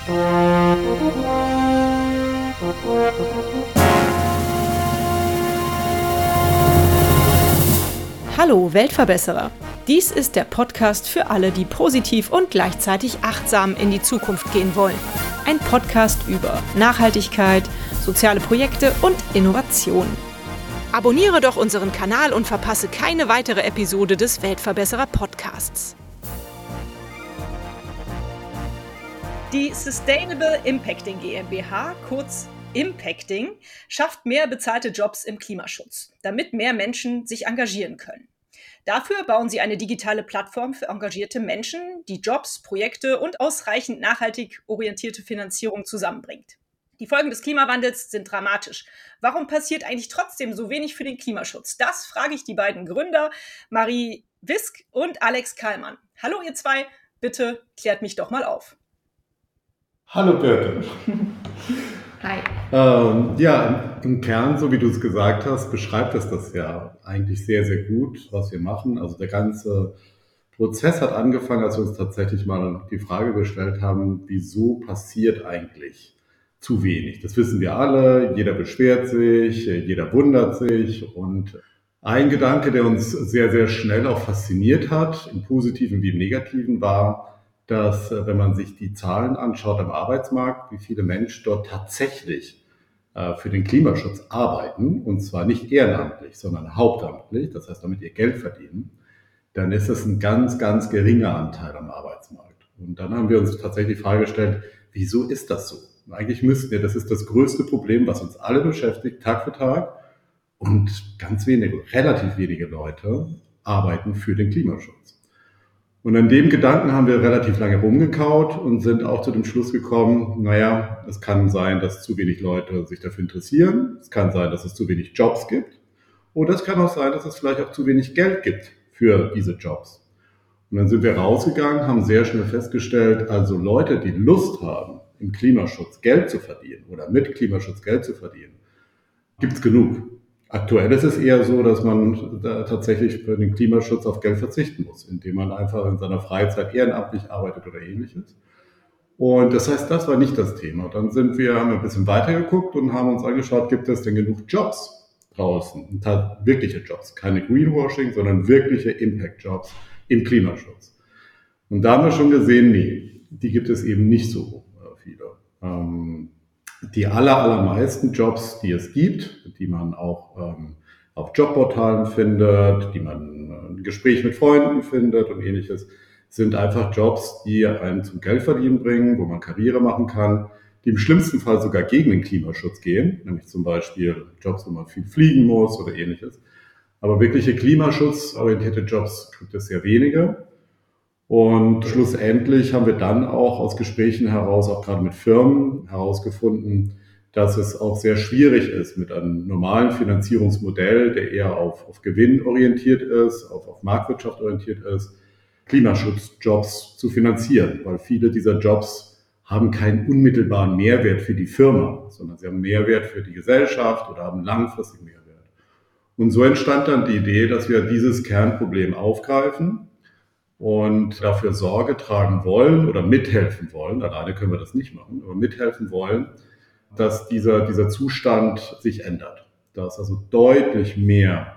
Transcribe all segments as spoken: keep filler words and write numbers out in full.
Hallo Weltverbesserer! Dies ist der Podcast für alle, die positiv und gleichzeitig achtsam in die Zukunft gehen wollen. Ein Podcast über Nachhaltigkeit, soziale Projekte und Innovation. Abonniere doch unseren Kanal und verpasse keine weitere Episode des Weltverbesserer Podcasts. Die Sustainable Impacting GmbH, kurz Impacting, schafft mehr bezahlte Jobs im Klimaschutz, damit mehr Menschen sich engagieren können. Dafür bauen sie eine digitale Plattform für engagierte Menschen, die Jobs, Projekte und ausreichend nachhaltig orientierte Finanzierung zusammenbringt. Die Folgen des Klimawandels sind dramatisch. Warum passiert eigentlich trotzdem so wenig für den Klimaschutz? Das frage ich die beiden Gründer, Marie Wisk und Alex Kallmann. Hallo ihr zwei, bitte klärt mich doch mal auf. Hallo Birte. Hi. Ähm, ja, im Kern, so wie du es gesagt hast, beschreibt es das ja eigentlich sehr, sehr gut, was wir machen. Also der ganze Prozess hat angefangen, als wir uns tatsächlich mal die Frage gestellt haben, wieso passiert eigentlich zu wenig? Das wissen wir alle, jeder beschwert sich, jeder wundert sich und ein Gedanke, der uns sehr, sehr schnell auch fasziniert hat, im Positiven wie im Negativen, war, dass, wenn man sich die Zahlen anschaut am Arbeitsmarkt, wie viele Menschen dort tatsächlich äh, für den Klimaschutz arbeiten, und zwar nicht ehrenamtlich, sondern hauptamtlich, das heißt, damit ihr Geld verdienen, dann ist das ein ganz, ganz geringer Anteil am Arbeitsmarkt. Und dann haben wir uns tatsächlich die Frage gestellt, wieso ist das so? Und eigentlich müssten wir, das ist das größte Problem, was uns alle beschäftigt, Tag für Tag, und ganz wenige, relativ wenige Leute arbeiten für den Klimaschutz. Und an dem Gedanken haben wir relativ lange rumgekaut und sind auch zu dem Schluss gekommen, naja, es kann sein, dass zu wenig Leute sich dafür interessieren. Es kann sein, dass es zu wenig Jobs gibt. Oder es kann auch sein, dass es vielleicht auch zu wenig Geld gibt für diese Jobs. Und dann sind wir rausgegangen, haben sehr schnell festgestellt, also Leute, die Lust haben, im Klimaschutz Geld zu verdienen oder mit Klimaschutz Geld zu verdienen, gibt es genug. Aktuell ist es eher so, dass man da tatsächlich für den Klimaschutz auf Geld verzichten muss, indem man einfach in seiner Freizeit ehrenamtlich arbeitet oder ähnliches. Und das heißt, das war nicht das Thema. Dann sind wir, haben wir ein bisschen weitergeguckt und haben uns angeschaut, gibt es denn genug Jobs draußen? Wirkliche Jobs, keine Greenwashing, sondern wirkliche Impact-Jobs im Klimaschutz. Und da haben wir schon gesehen, nee, die gibt es eben nicht so viele. Ähm, Die aller, allermeisten Jobs, die es gibt, die man auch ähm, auf Jobportalen findet, die man äh, ein Gespräch mit Freunden findet und ähnliches, sind einfach Jobs, die einen zum Geldverdienen bringen, wo man Karriere machen kann, die im schlimmsten Fall sogar gegen den Klimaschutz gehen, nämlich zum Beispiel Jobs, wo man viel fliegen muss oder ähnliches. Aber wirkliche klimaschutzorientierte Jobs gibt es sehr wenige. Und schlussendlich haben wir dann auch aus Gesprächen heraus, auch gerade mit Firmen, herausgefunden, dass es auch sehr schwierig ist, mit einem normalen Finanzierungsmodell, der eher auf, auf Gewinn orientiert ist, auf, auf Marktwirtschaft orientiert ist, Klimaschutzjobs zu finanzieren, weil viele dieser Jobs haben keinen unmittelbaren Mehrwert für die Firma, sondern sie haben Mehrwert für die Gesellschaft oder haben langfristig Mehrwert. Und so entstand dann die Idee, dass wir dieses Kernproblem aufgreifen und dafür Sorge tragen wollen oder mithelfen wollen, alleine können wir das nicht machen, aber mithelfen wollen, dass dieser, dieser Zustand sich ändert. Dass also deutlich mehr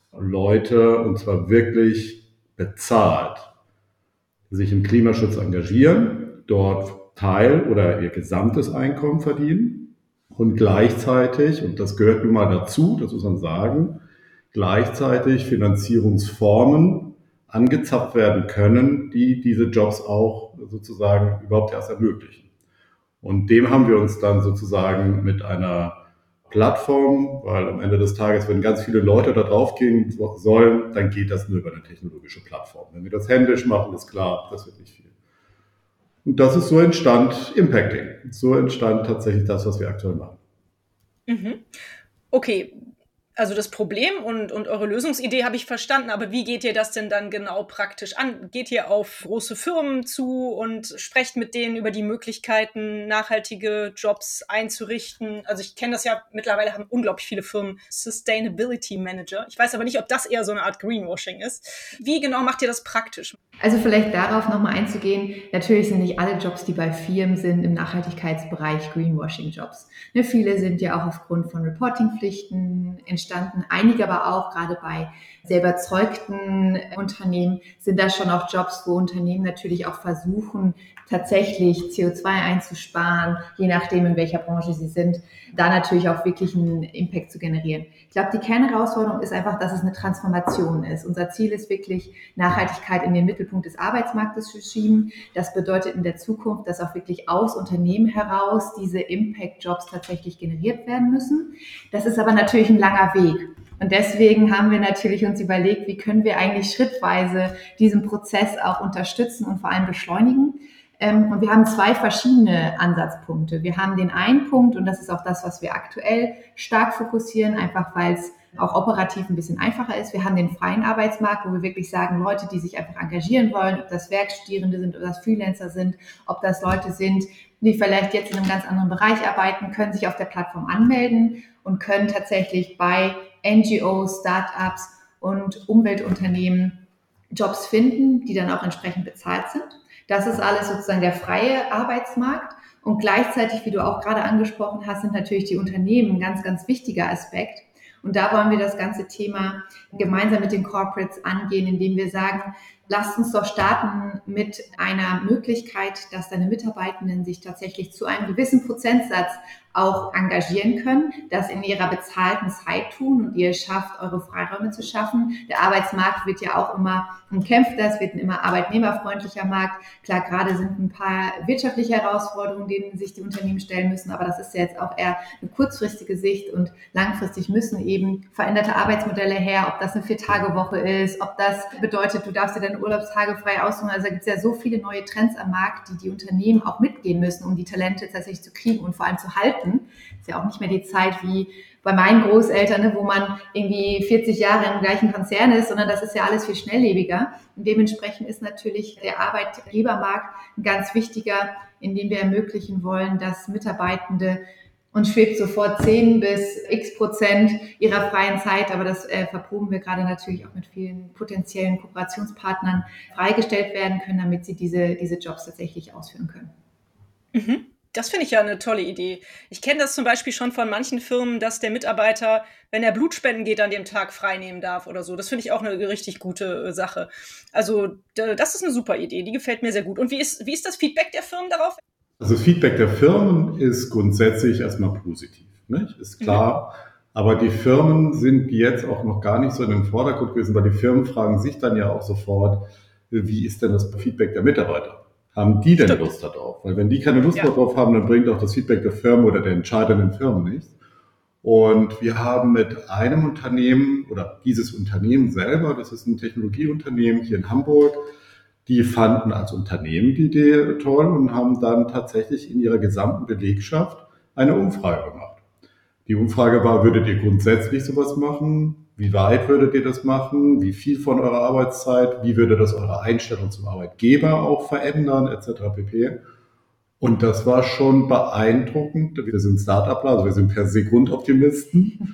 Leute, und zwar wirklich bezahlt, sich im Klimaschutz engagieren, dort Teil oder ihr gesamtes Einkommen verdienen und gleichzeitig, und das gehört nun mal dazu, das muss man sagen, gleichzeitig Finanzierungsformen angezapft werden können, die diese Jobs auch sozusagen überhaupt erst ermöglichen. Und dem haben wir uns dann sozusagen mit einer Plattform, weil am Ende des Tages, wenn ganz viele Leute da drauf gehen sollen, dann geht das nur über eine technologische Plattform. Wenn wir das händisch machen, ist klar, das wird nicht viel. Und das ist so entstand Impacting. So entstand tatsächlich das, was wir aktuell machen. Mhm. Okay. Also das Problem und, und eure Lösungsidee habe ich verstanden, aber wie geht ihr das denn dann genau praktisch an? Geht ihr auf große Firmen zu und sprecht mit denen über die Möglichkeiten, nachhaltige Jobs einzurichten? Also ich kenne das ja, mittlerweile haben unglaublich viele Firmen Sustainability Manager. Ich weiß aber nicht, ob das eher so eine Art Greenwashing ist. Wie genau macht ihr das praktisch? Also vielleicht darauf nochmal einzugehen, natürlich sind nicht alle Jobs, die bei Firmen sind, im Nachhaltigkeitsbereich Greenwashing-Jobs. Ne, viele sind ja auch aufgrund von Reportingpflichten entstanden, einige aber auch, gerade bei sehr überzeugten Unternehmen, sind da schon auch Jobs, wo Unternehmen natürlich auch versuchen, tatsächlich C O zwei einzusparen, je nachdem, in welcher Branche sie sind, da natürlich auch wirklich einen Impact zu generieren. Ich glaube, die Kernherausforderung ist einfach, dass es eine Transformation ist. Unser Ziel ist wirklich, Nachhaltigkeit in den Mittelpunkt des Arbeitsmarktes zu schieben. Das bedeutet in der Zukunft, dass auch wirklich aus Unternehmen heraus diese Impact-Jobs tatsächlich generiert werden müssen. Das ist aber natürlich ein langer Weg. Und deswegen haben wir natürlich uns überlegt, wie können wir eigentlich schrittweise diesen Prozess auch unterstützen und vor allem beschleunigen. Und wir haben zwei verschiedene Ansatzpunkte. Wir haben den einen Punkt, und das ist auch das, was wir aktuell stark fokussieren, einfach weil es auch operativ ein bisschen einfacher ist. Wir haben den freien Arbeitsmarkt, wo wir wirklich sagen, Leute, die sich einfach engagieren wollen, ob das Werkstudierende sind, ob das Freelancer sind, ob das Leute sind, die vielleicht jetzt in einem ganz anderen Bereich arbeiten, können sich auf der Plattform anmelden und können tatsächlich bei N G Os, Startups und Umweltunternehmen Jobs finden, die dann auch entsprechend bezahlt sind. Das ist alles sozusagen der freie Arbeitsmarkt. Und gleichzeitig, wie du auch gerade angesprochen hast, sind natürlich die Unternehmen ein ganz, ganz wichtiger Aspekt. Und da wollen wir das ganze Thema gemeinsam mit den Corporates angehen, indem wir sagen, lasst uns doch starten mit einer Möglichkeit, dass deine Mitarbeitenden sich tatsächlich zu einem gewissen Prozentsatz auch engagieren können, das in ihrer bezahlten Zeit tun und ihr schafft, eure Freiräume zu schaffen. Der Arbeitsmarkt wird ja auch immer umkämpfter, es wird ein immer arbeitnehmerfreundlicher Markt. Klar, gerade sind ein paar wirtschaftliche Herausforderungen, denen sich die Unternehmen stellen müssen, aber das ist ja jetzt auch eher eine kurzfristige Sicht und langfristig müssen eben veränderte Arbeitsmodelle her, ob das eine Vier-Tage-Woche ist, ob das bedeutet, du darfst dir deine Urlaubstage frei aussuchen. Also da gibt es ja so viele neue Trends am Markt, die die Unternehmen auch mitgehen müssen, um die Talente tatsächlich zu kriegen und vor allem zu halten. Ist ja auch nicht mehr die Zeit wie bei meinen Großeltern, ne, wo man irgendwie vierzig Jahre im gleichen Konzern ist, sondern das ist ja alles viel schnelllebiger. Und dementsprechend ist natürlich der Arbeitgebermarkt ein ganz wichtiger, indem wir ermöglichen wollen, dass Mitarbeitende, uns schwebt sofort zehn bis x Prozent ihrer freien Zeit, aber das äh, verproben wir gerade natürlich auch mit vielen potenziellen Kooperationspartnern, freigestellt werden können, damit sie diese, diese Jobs tatsächlich ausführen können. Mhm. Das finde ich ja eine tolle Idee. Ich kenne das zum Beispiel schon von manchen Firmen, dass der Mitarbeiter, wenn er Blutspenden geht, an dem Tag frei nehmen darf oder so. Das finde ich auch eine richtig gute Sache. Also das ist eine super Idee, die gefällt mir sehr gut. Und wie ist, wie ist das Feedback der Firmen darauf? Also das Feedback der Firmen ist grundsätzlich erstmal positiv, nicht? Ist klar. Mhm. Aber die Firmen sind jetzt auch noch gar nicht so in den Vordergrund gewesen, weil die Firmen fragen sich dann ja auch sofort, wie ist denn das Feedback der Mitarbeiter? Haben die denn Lust darauf? Weil wenn die keine Lust ja. darauf haben, dann bringt auch das Feedback der Firmen oder der entscheidenden Firmen nichts. Und wir haben mit einem Unternehmen oder dieses Unternehmen selber, das ist ein Technologieunternehmen hier in Hamburg, die fanden als Unternehmen die Idee toll und haben dann tatsächlich in ihrer gesamten Belegschaft eine Umfrage gemacht. Die Umfrage war, würdet ihr grundsätzlich sowas machen? Wie weit würdet ihr das machen? Wie viel von eurer Arbeitszeit? Wie würde das eure Einstellung zum Arbeitgeber auch verändern, et cetera pp. Und das war schon beeindruckend. Wir sind Start-upler, also wir sind per se Grundoptimisten.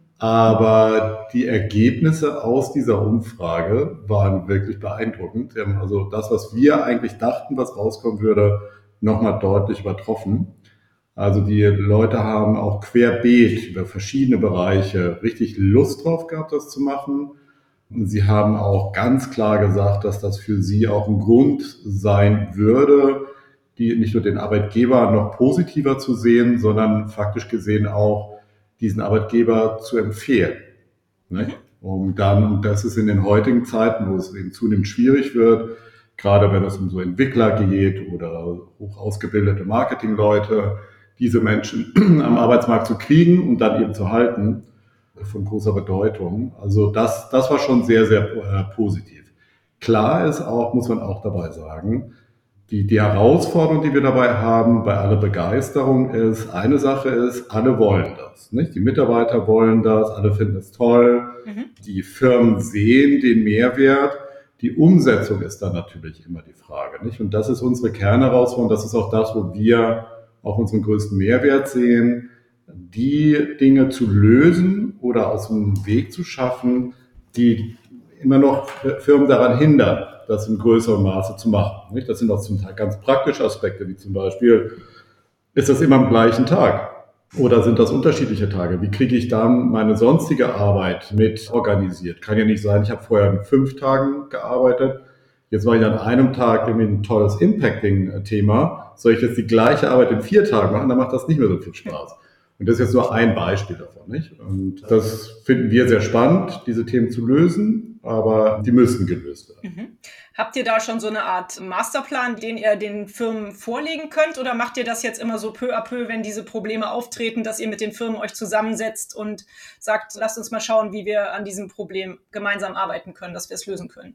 Aber die Ergebnisse aus dieser Umfrage waren wirklich beeindruckend. Wir haben also das, was wir eigentlich dachten, was rauskommen würde, nochmal deutlich übertroffen. Also die Leute haben auch querbeet über verschiedene Bereiche richtig Lust drauf gehabt, das zu machen. Und sie haben auch ganz klar gesagt, dass das für sie auch ein Grund sein würde, die nicht nur den Arbeitgeber noch positiver zu sehen, sondern faktisch gesehen auch diesen Arbeitgeber zu empfehlen. Ne? Um dann, und das ist in den heutigen Zeiten, wo es eben zunehmend schwierig wird, gerade wenn es um so Entwickler geht oder hoch ausgebildete Marketingleute, diese Menschen am Arbeitsmarkt zu kriegen und dann eben zu halten, von großer Bedeutung. Also das, das war schon sehr, sehr äh, positiv. Klar ist auch, muss man auch dabei sagen, Die, die Herausforderung, die wir dabei haben, bei aller Begeisterung ist, eine Sache ist, alle wollen das. Nicht? Die Mitarbeiter wollen das, alle finden es toll, mhm. Die Firmen sehen den Mehrwert. Die Umsetzung ist dann natürlich immer die Frage. Nicht? Und das ist unsere Kernherausforderung, das ist auch das, wo wir auch unseren größten Mehrwert sehen, die Dinge zu lösen oder aus dem Weg zu schaffen, die immer noch Firmen daran hindern, das in größerem Maße zu machen. Nicht? Das sind auch zum Teil ganz praktische Aspekte, wie zum Beispiel, ist das immer am gleichen Tag oder sind das unterschiedliche Tage? Wie kriege ich dann meine sonstige Arbeit mit organisiert? Kann ja nicht sein, ich habe vorher in fünf Tagen gearbeitet, jetzt mache ich an einem Tag irgendwie ein tolles Impacting-Thema. Soll ich jetzt die gleiche Arbeit in vier Tagen machen, dann macht das nicht mehr so viel Spaß. Und das ist jetzt nur ein Beispiel davon, nicht? Und das finden wir sehr spannend, diese Themen zu lösen, aber die müssen gelöst werden. Mhm. Habt ihr da schon so eine Art Masterplan, den ihr den Firmen vorlegen könnt? Oder macht ihr das jetzt immer so peu à peu, wenn diese Probleme auftreten, dass ihr mit den Firmen euch zusammensetzt und sagt, lasst uns mal schauen, wie wir an diesem Problem gemeinsam arbeiten können, dass wir es lösen können?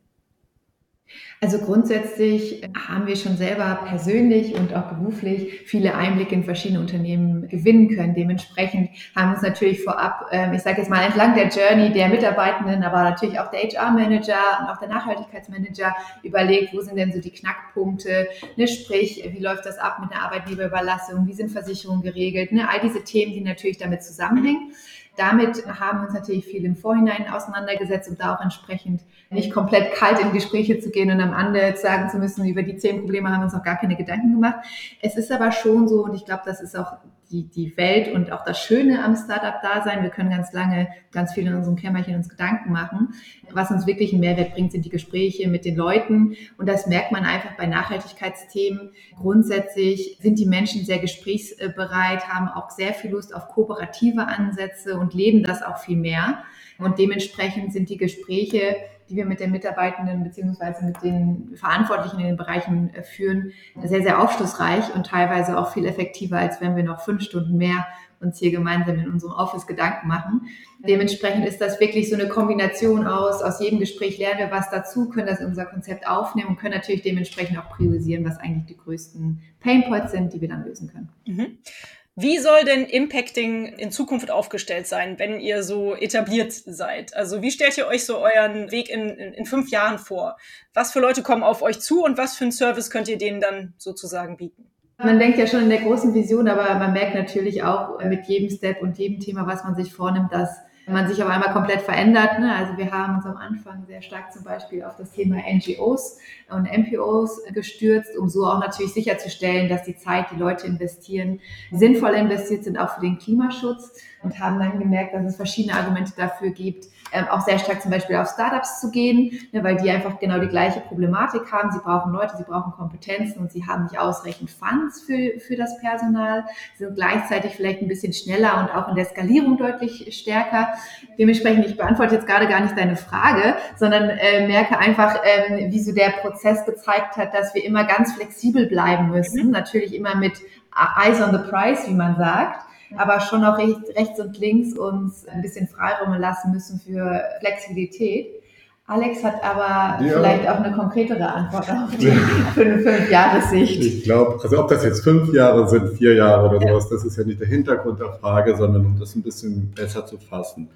Also grundsätzlich haben wir schon selber persönlich und auch beruflich viele Einblicke in verschiedene Unternehmen gewinnen können. Dementsprechend haben wir uns natürlich vorab, ich sage jetzt mal entlang der Journey der Mitarbeitenden, aber natürlich auch der H R-Manager und auch der Nachhaltigkeitsmanager überlegt, wo sind denn so die Knackpunkte, ne? Sprich, wie läuft das ab mit einer Arbeitnehmerüberlassung, wie sind Versicherungen geregelt, ne? All diese Themen, die natürlich damit zusammenhängen. Damit haben wir uns natürlich viel im Vorhinein auseinandergesetzt, um da auch entsprechend nicht komplett kalt in Gespräche zu gehen und am Ende sagen zu müssen, über die zehn Probleme haben wir uns noch gar keine Gedanken gemacht. Es ist aber schon so, und ich glaube, das ist auch die, die Welt und auch das Schöne am Startup-Dasein. Wir können ganz lange, ganz viel in unserem Kämmerchen uns Gedanken machen. Was uns wirklich einen Mehrwert bringt, sind die Gespräche mit den Leuten. Und das merkt man einfach bei Nachhaltigkeitsthemen. Grundsätzlich sind die Menschen sehr gesprächsbereit, haben auch sehr viel Lust auf kooperative Ansätze und leben das auch viel mehr. Und dementsprechend sind die Gespräche, die wir mit den Mitarbeitenden beziehungsweise mit den Verantwortlichen in den Bereichen führen, sehr, sehr aufschlussreich und teilweise auch viel effektiver, als wenn wir noch fünf Stunden mehr uns hier gemeinsam in unserem Office Gedanken machen. Dementsprechend ist das wirklich so eine Kombination aus, aus jedem Gespräch lernen wir was dazu, können das in unser Konzept aufnehmen und können natürlich dementsprechend auch priorisieren, was eigentlich die größten Painpoints sind, die wir dann lösen können. Mhm. Wie soll denn Impacting in Zukunft aufgestellt sein, wenn ihr so etabliert seid? Also wie stellt ihr euch so euren Weg in, in, in fünf Jahren vor? Was für Leute kommen auf euch zu und was für einen Service könnt ihr denen dann sozusagen bieten? Man denkt ja schon in der großen Vision, aber man merkt natürlich auch mit jedem Step und jedem Thema, was man sich vornimmt, dass man sich auf einmal komplett verändert. Ne? Also wir haben uns am Anfang sehr stark zum Beispiel auf das Thema N G Os und M P Os gestürzt, um so auch natürlich sicherzustellen, dass die Zeit, die Leute investieren, sinnvoll investiert sind, auch für den Klimaschutz, und haben dann gemerkt, dass es verschiedene Argumente dafür gibt, ähm, auch sehr stark zum Beispiel auf Startups zu gehen, ne, weil die einfach genau die gleiche Problematik haben. Sie brauchen Leute, sie brauchen Kompetenzen und sie haben nicht ausreichend Funds für, für das Personal, sind gleichzeitig vielleicht ein bisschen schneller und auch in der Skalierung deutlich stärker. Dementsprechend, ich beantworte jetzt gerade gar nicht deine Frage, sondern äh, merke einfach, ähm, wie so der Prozess gezeigt hat, dass wir immer ganz flexibel bleiben müssen. Mhm. Natürlich immer mit Eyes on the Prize, wie man sagt, aber schon auch rechts und links uns ein bisschen Freiraum lassen müssen für Flexibilität. Alex hat aber ja vielleicht auch eine konkretere Antwort auf die fünf-Jahres-Sicht. Ich glaube, also ob das jetzt fünf Jahre sind, vier Jahre oder sowas, das ist ja nicht der Hintergrund der Frage, sondern um das ein bisschen besser zu fassen.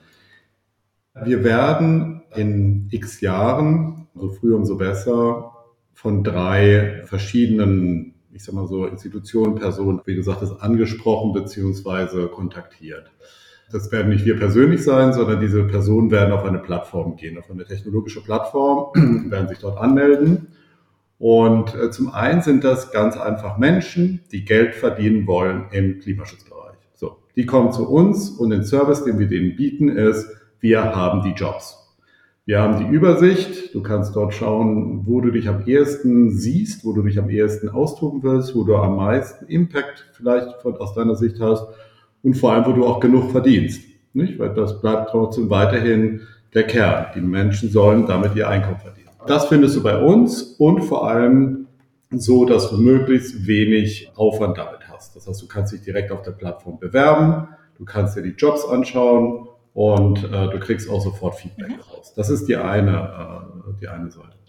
Wir werden in x Jahren, so früh umso besser, von drei verschiedenen, ich sag mal so, Institutionen, Personen, wie gesagt, ist angesprochen bzw. kontaktiert. Das werden nicht wir persönlich sein, sondern diese Personen werden auf eine Plattform gehen, auf eine technologische Plattform, werden sich dort anmelden. Und äh, zum einen sind das ganz einfach Menschen, die Geld verdienen wollen im Klimaschutzbereich. So, die kommen zu uns und den Service, den wir denen bieten, ist, wir haben die Jobs. Wir haben die Übersicht, du kannst dort schauen, wo du dich am ehesten siehst, wo du dich am ehesten austoben willst, wo du am meisten Impact vielleicht von, aus deiner Sicht hast und vor allem, wo du auch genug verdienst. Nicht? Weil das bleibt trotzdem weiterhin der Kern. Die Menschen sollen damit ihr Einkommen verdienen. Das findest du bei uns und vor allem so, dass du möglichst wenig Aufwand damit hast. Das heißt, du kannst dich direkt auf der Plattform bewerben, du kannst dir die Jobs anschauen, und äh, du kriegst auch sofort Feedback daraus. Das ist die eine, äh, die eine Seite.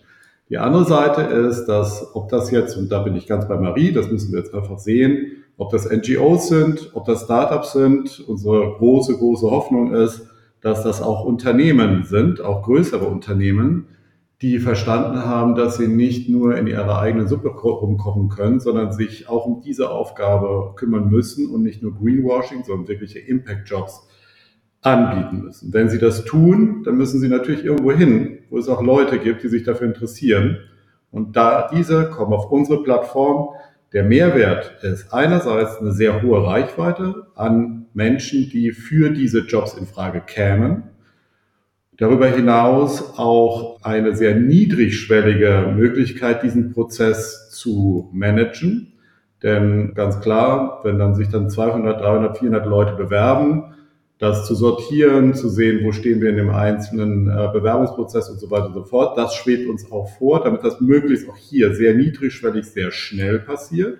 Die andere Seite ist, dass, ob das jetzt, und da bin ich ganz bei Marie, das müssen wir jetzt einfach sehen, ob das N G Os sind, ob das Startups sind. Unsere große, große Hoffnung ist, dass das auch Unternehmen sind, auch größere Unternehmen, die verstanden haben, dass sie nicht nur in ihrer eigenen Suppe rumkochen können, sondern sich auch um diese Aufgabe kümmern müssen und nicht nur Greenwashing, sondern wirkliche Impact-Jobs anbieten müssen. Wenn sie das tun, dann müssen sie natürlich irgendwo hin, wo es auch Leute gibt, die sich dafür interessieren. Und da diese kommen auf unsere Plattform. Der Mehrwert ist einerseits eine sehr hohe Reichweite an Menschen, die für diese Jobs in Frage kämen. Darüber hinaus auch eine sehr niedrigschwellige Möglichkeit, diesen Prozess zu managen. Denn ganz klar, wenn dann sich dann zweihundert, dreihundert, vierhundert Leute bewerben, das zu sortieren, zu sehen, wo stehen wir in dem einzelnen Bewerbungsprozess und so weiter und so fort, das schwebt uns auch vor, damit das möglichst auch hier sehr niedrigschwellig, sehr schnell passiert.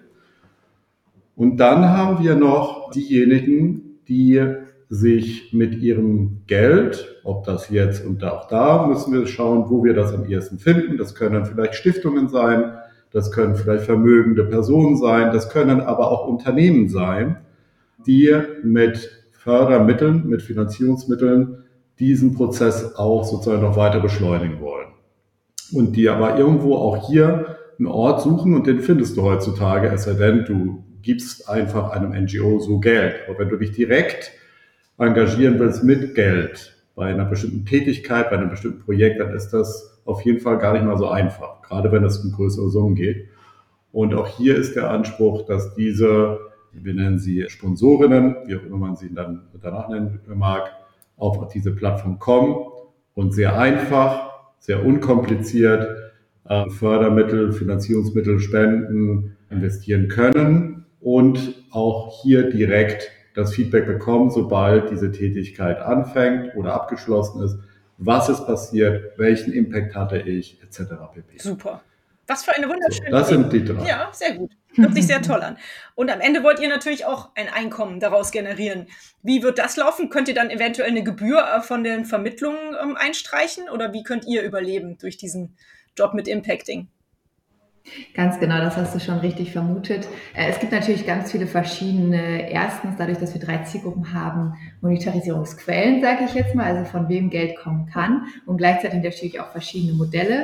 Und dann haben wir noch diejenigen, die sich mit ihrem Geld, ob das jetzt und auch da, müssen wir schauen, wo wir das am ehesten finden. Das können vielleicht Stiftungen sein, das können vielleicht vermögende Personen sein, das können aber auch Unternehmen sein, die mit Fördermitteln, mit Finanzierungsmitteln diesen Prozess auch sozusagen noch weiter beschleunigen wollen. Und die aber irgendwo auch hier einen Ort suchen und den findest du heutzutage, es sei denn, du gibst einfach einem N G O so Geld. Aber wenn du dich direkt engagieren willst mit Geld bei einer bestimmten Tätigkeit, bei einem bestimmten Projekt, dann ist das auf jeden Fall gar nicht mal so einfach, gerade wenn es um größere Summen geht. Und auch hier ist der Anspruch, dass diese, wir nennen sie Sponsorinnen, wie auch immer man sie dann danach nennen mag, auf diese Plattform kommen und sehr einfach, sehr unkompliziert Fördermittel, Finanzierungsmittel, Spenden investieren können und auch hier direkt das Feedback bekommen, sobald diese Tätigkeit anfängt oder abgeschlossen ist. Was ist passiert? Welchen Impact hatte ich? Etc. pp. Super. Was für eine wunderschöne so, das sind die drei. Ja, sehr gut. Hört sich sehr toll an. Und am Ende wollt ihr natürlich auch ein Einkommen daraus generieren. Wie wird das laufen? Könnt ihr dann eventuell eine Gebühr von den Vermittlungen ähm, einstreichen? Oder wie könnt ihr überleben durch diesen Job mit Impacting? Ganz genau, das hast du schon richtig vermutet. Es gibt natürlich ganz viele verschiedene, erstens dadurch, dass wir drei Zielgruppen haben, Monetarisierungsquellen, sage ich jetzt mal, also von wem Geld kommen kann und gleichzeitig natürlich auch verschiedene Modelle.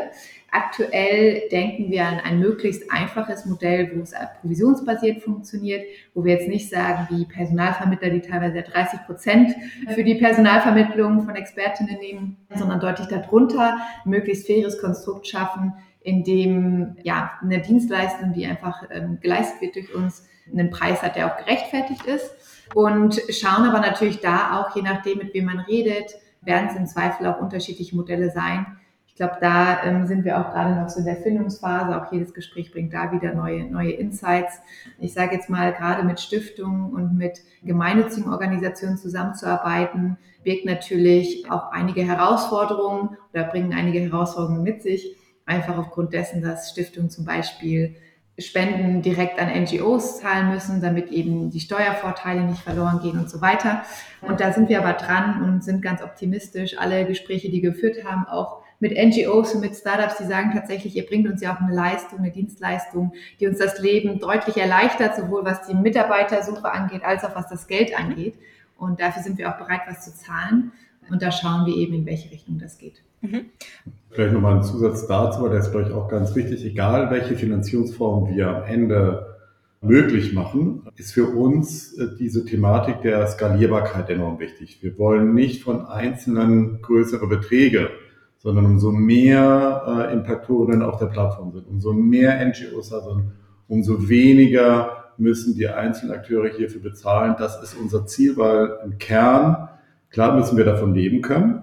Aktuell denken wir an ein möglichst einfaches Modell, wo es provisionsbasiert funktioniert, wo wir jetzt nicht sagen, wie Personalvermittler, die teilweise dreißig Prozent für die Personalvermittlung von Expertinnen nehmen, sondern deutlich darunter ein möglichst faires Konstrukt schaffen, in dem ja eine Dienstleistung, die einfach ähm, geleistet wird durch uns, einen Preis hat, der auch gerechtfertigt ist. Und schauen aber natürlich da auch, je nachdem, mit wem man redet, werden es im Zweifel auch unterschiedliche Modelle sein. Ich glaube, da ähm, sind wir auch gerade noch so in der Findungsphase. Auch jedes Gespräch bringt da wieder neue, neue Insights. Ich sage jetzt mal, gerade mit Stiftungen und mit gemeinnützigen Organisationen zusammenzuarbeiten, birgt natürlich auch einige Herausforderungen oder bringen einige Herausforderungen mit sich. Einfach aufgrund dessen, dass Stiftungen zum Beispiel Spenden direkt an N G Os zahlen müssen, damit eben die Steuervorteile nicht verloren gehen und so weiter. Und da sind wir aber dran und sind ganz optimistisch. Alle Gespräche, die wir geführt haben, auch mit N G Os und mit Startups, die sagen tatsächlich, ihr bringt uns ja auch eine Leistung, eine Dienstleistung, die uns das Leben deutlich erleichtert, sowohl was die Mitarbeitersuche angeht, als auch was das Geld angeht. Und dafür sind wir auch bereit, was zu zahlen. Und da schauen wir eben, in welche Richtung das geht. Mhm. Vielleicht nochmal ein Zusatz dazu, weil der ist vielleicht auch ganz wichtig. Egal, welche Finanzierungsform wir am Ende möglich machen, ist für uns diese Thematik der Skalierbarkeit enorm wichtig. Wir wollen nicht von einzelnen größere Beträge, sondern umso mehr äh, Impactorinnen auf der Plattform sind, umso mehr N G Os da sind, umso weniger müssen die einzelnen Akteure hierfür bezahlen. Das ist unser Ziel, weil im Kern, klar müssen wir davon leben können.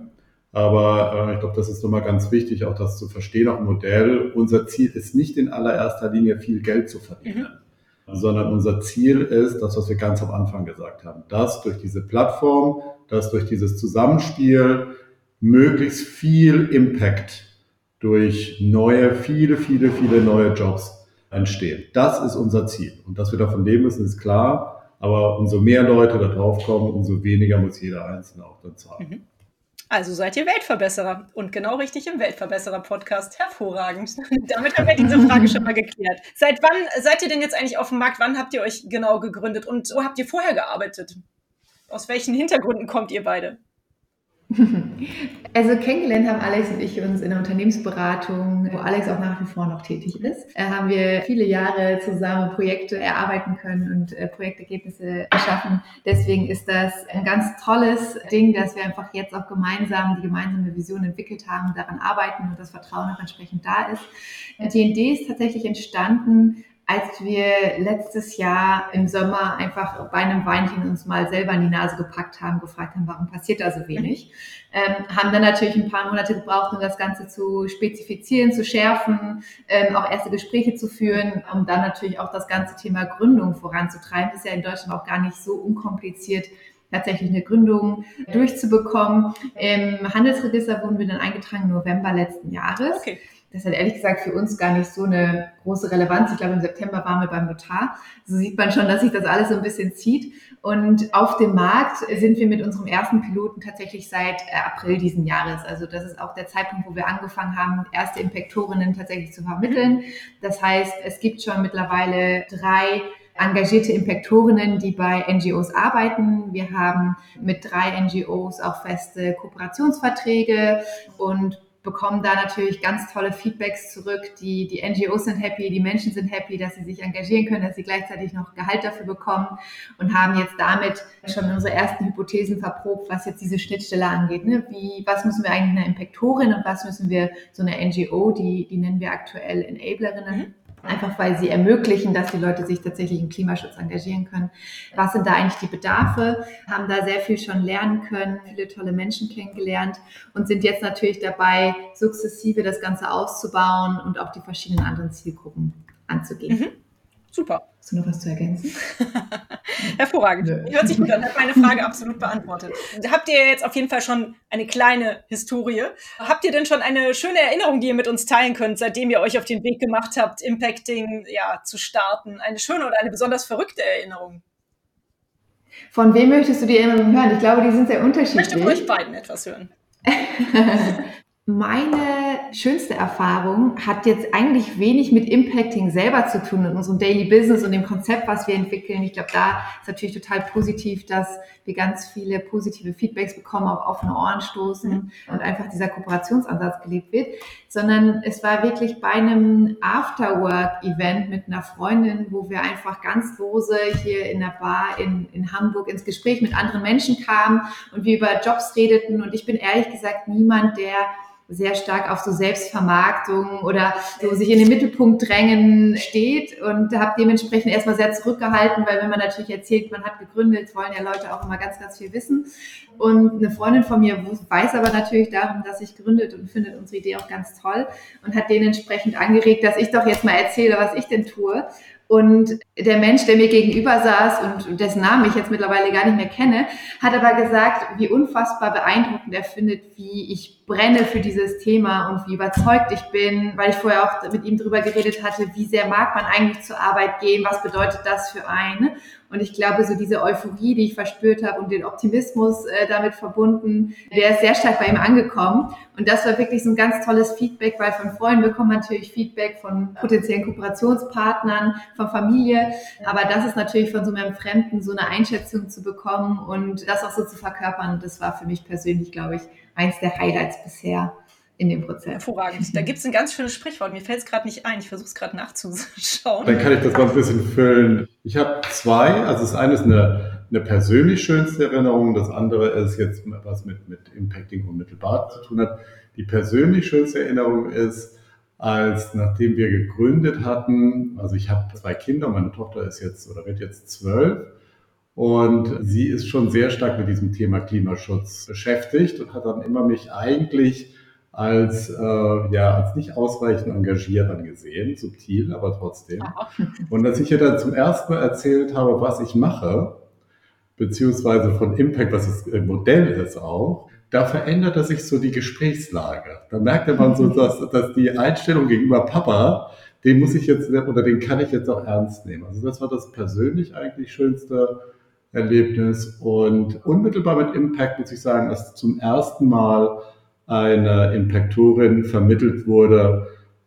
Aber äh, ich glaube, das ist nochmal ganz wichtig, auch das zu verstehen, auch im Modell. Unser Ziel ist nicht in allererster Linie viel Geld zu verdienen, mhm. sondern unser Ziel ist das, was wir ganz am Anfang gesagt haben, dass durch diese Plattform, dass durch dieses Zusammenspiel möglichst viel Impact durch neue, viele, viele, viele neue Jobs entstehen. Das ist unser Ziel. Und dass wir davon leben müssen, ist klar. Aber umso mehr Leute da drauf kommen, umso weniger muss jeder Einzelne auch dann zahlen. Mhm. Also seid ihr Weltverbesserer und genau richtig im Weltverbesserer-Podcast. Hervorragend. Damit haben wir diese Frage schon mal geklärt. Seit wann seid ihr denn jetzt eigentlich auf dem Markt? Wann habt ihr euch genau gegründet und wo habt ihr vorher gearbeitet? Aus welchen Hintergründen kommt ihr beide? Also kennengelernt haben Alex und ich uns in der Unternehmensberatung, wo Alex auch nach wie vor noch tätig ist. Da haben wir viele Jahre zusammen Projekte erarbeiten können und äh, Projektergebnisse erschaffen. Deswegen ist das ein ganz tolles Ding, dass wir einfach jetzt auch gemeinsam die gemeinsame Vision entwickelt haben, daran arbeiten und das Vertrauen auch entsprechend da ist. Die Idee ist tatsächlich entstanden, als wir letztes Jahr im Sommer einfach bei einem Weinchen uns mal selber in die Nase gepackt haben, gefragt haben, warum passiert da so wenig, ähm, haben dann natürlich ein paar Monate gebraucht, um das Ganze zu spezifizieren, zu schärfen, ähm, auch erste Gespräche zu führen, um dann natürlich auch das ganze Thema Gründung voranzutreiben. Das ist ja in Deutschland auch gar nicht so unkompliziert, tatsächlich eine Gründung durchzubekommen. Im Handelsregister wurden wir dann eingetragen im November letzten Jahres. Okay. Das hat ehrlich gesagt für uns gar nicht so eine große Relevanz. Ich glaube, im September waren wir beim Notar. So sieht man schon, dass sich das alles so ein bisschen zieht. Und auf dem Markt sind wir mit unserem ersten Piloten tatsächlich seit April diesen Jahres. Also das ist auch der Zeitpunkt, wo wir angefangen haben, erste Impactorinnen tatsächlich zu vermitteln. Das heißt, es gibt schon mittlerweile drei engagierte Impactorinnen, die bei N G Os arbeiten. Wir haben mit drei N G Os auch feste Kooperationsverträge und bekommen da natürlich ganz tolle Feedbacks zurück. Die, die N G Os sind happy, die Menschen sind happy, dass sie sich engagieren können, dass sie gleichzeitig noch Gehalt dafür bekommen und haben jetzt damit schon unsere ersten Hypothesen verprobt, was jetzt diese Schnittstelle angeht. Ne? Wie, was müssen wir eigentlich einer Impactorin und was müssen wir so einer N G O, die, die nennen wir aktuell Enablerinnen, mhm. einfach weil sie ermöglichen, dass die Leute sich tatsächlich im Klimaschutz engagieren können. Was sind da eigentlich die Bedarfe? Haben da sehr viel schon lernen können, viele tolle Menschen kennengelernt und sind jetzt natürlich dabei, sukzessive das Ganze auszubauen und auch die verschiedenen anderen Zielgruppen anzugehen. Mhm. Super. Hast du noch was zu ergänzen? Hervorragend. Nö. Hört sich gut an, hat meine Frage absolut beantwortet. Habt ihr jetzt auf jeden Fall schon eine kleine Historie? Habt ihr denn schon eine schöne Erinnerung, die ihr mit uns teilen könnt, seitdem ihr euch auf den Weg gemacht habt, Impacting ja, zu starten? Eine schöne oder eine besonders verrückte Erinnerung? Von wem möchtest du die Erinnerungen hören? Ich glaube, die sind sehr unterschiedlich. Ich möchte von euch beiden etwas hören. Meine schönste Erfahrung hat jetzt eigentlich wenig mit Impacting selber zu tun und unserem Daily Business und dem Konzept, was wir entwickeln. Ich glaube, da ist natürlich total positiv, dass wir ganz viele positive Feedbacks bekommen, auf offene Ohren stoßen und einfach dieser Kooperationsansatz gelebt wird, sondern es war wirklich bei einem Afterwork-Event mit einer Freundin, wo wir einfach ganz lose hier in der Bar in, in Hamburg ins Gespräch mit anderen Menschen kamen und wir über Jobs redeten und ich bin ehrlich gesagt niemand, der sehr stark auf so Selbstvermarktung oder so sich in den Mittelpunkt drängen steht und habe dementsprechend erstmal sehr zurückgehalten, weil wenn man natürlich erzählt, man hat gegründet, wollen ja Leute auch immer ganz, ganz viel wissen. Und eine Freundin von mir weiß aber natürlich darum, dass ich gründet und findet unsere Idee auch ganz toll und hat dementsprechend angeregt, dass ich doch jetzt mal erzähle, was ich denn tue. Und der Mensch, der mir gegenüber saß und dessen Namen ich jetzt mittlerweile gar nicht mehr kenne, hat aber gesagt, wie unfassbar beeindruckend er findet, wie ich brenne für dieses Thema und wie überzeugt ich bin, weil ich vorher auch mit ihm drüber geredet hatte, wie sehr mag man eigentlich zur Arbeit gehen, was bedeutet das für einen. Und ich glaube, so diese Euphorie, die ich verspürt habe und den Optimismus äh, damit verbunden, der ist sehr stark bei ihm angekommen. Und das war wirklich so ein ganz tolles Feedback, weil von Freunden bekommt man natürlich Feedback, von potenziellen Kooperationspartnern, von Familie. Aber das ist natürlich von so einem Fremden so eine Einschätzung zu bekommen und das auch so zu verkörpern. Das war für mich persönlich, glaube ich, eins der Highlights bisher in dem Prozess. Hervorragend. Da gibt es ein ganz schönes Sprichwort. Mir fällt es gerade nicht ein. Ich versuche es gerade nachzuschauen. Dann kann ich das mal ein bisschen füllen. Ich habe zwei. Also das eine ist eine, eine persönlich schönste Erinnerung. Das andere ist jetzt was mit, mit Impacting unmittelbar zu tun hat. Die persönlich schönste Erinnerung ist, als nachdem wir gegründet hatten, also ich habe zwei Kinder, meine Tochter ist jetzt oder wird jetzt zwölf. Und sie ist schon sehr stark mit diesem Thema Klimaschutz beschäftigt und hat dann immer mich eigentlich als, äh, ja, als nicht ausreichend engagiert angesehen, subtil, aber trotzdem. Und als ich ihr dann zum ersten Mal erzählt habe, was ich mache, beziehungsweise von Impact, was das Modell ist auch, da veränderte sich so die Gesprächslage. Da merkte man so, dass, dass die Einstellung gegenüber Papa, den muss ich jetzt, oder den kann ich jetzt auch ernst nehmen. Also das war das persönlich eigentlich schönste Erlebnis. Und unmittelbar mit Impact muss ich sagen, dass zum ersten Mal eine Impactorin vermittelt wurde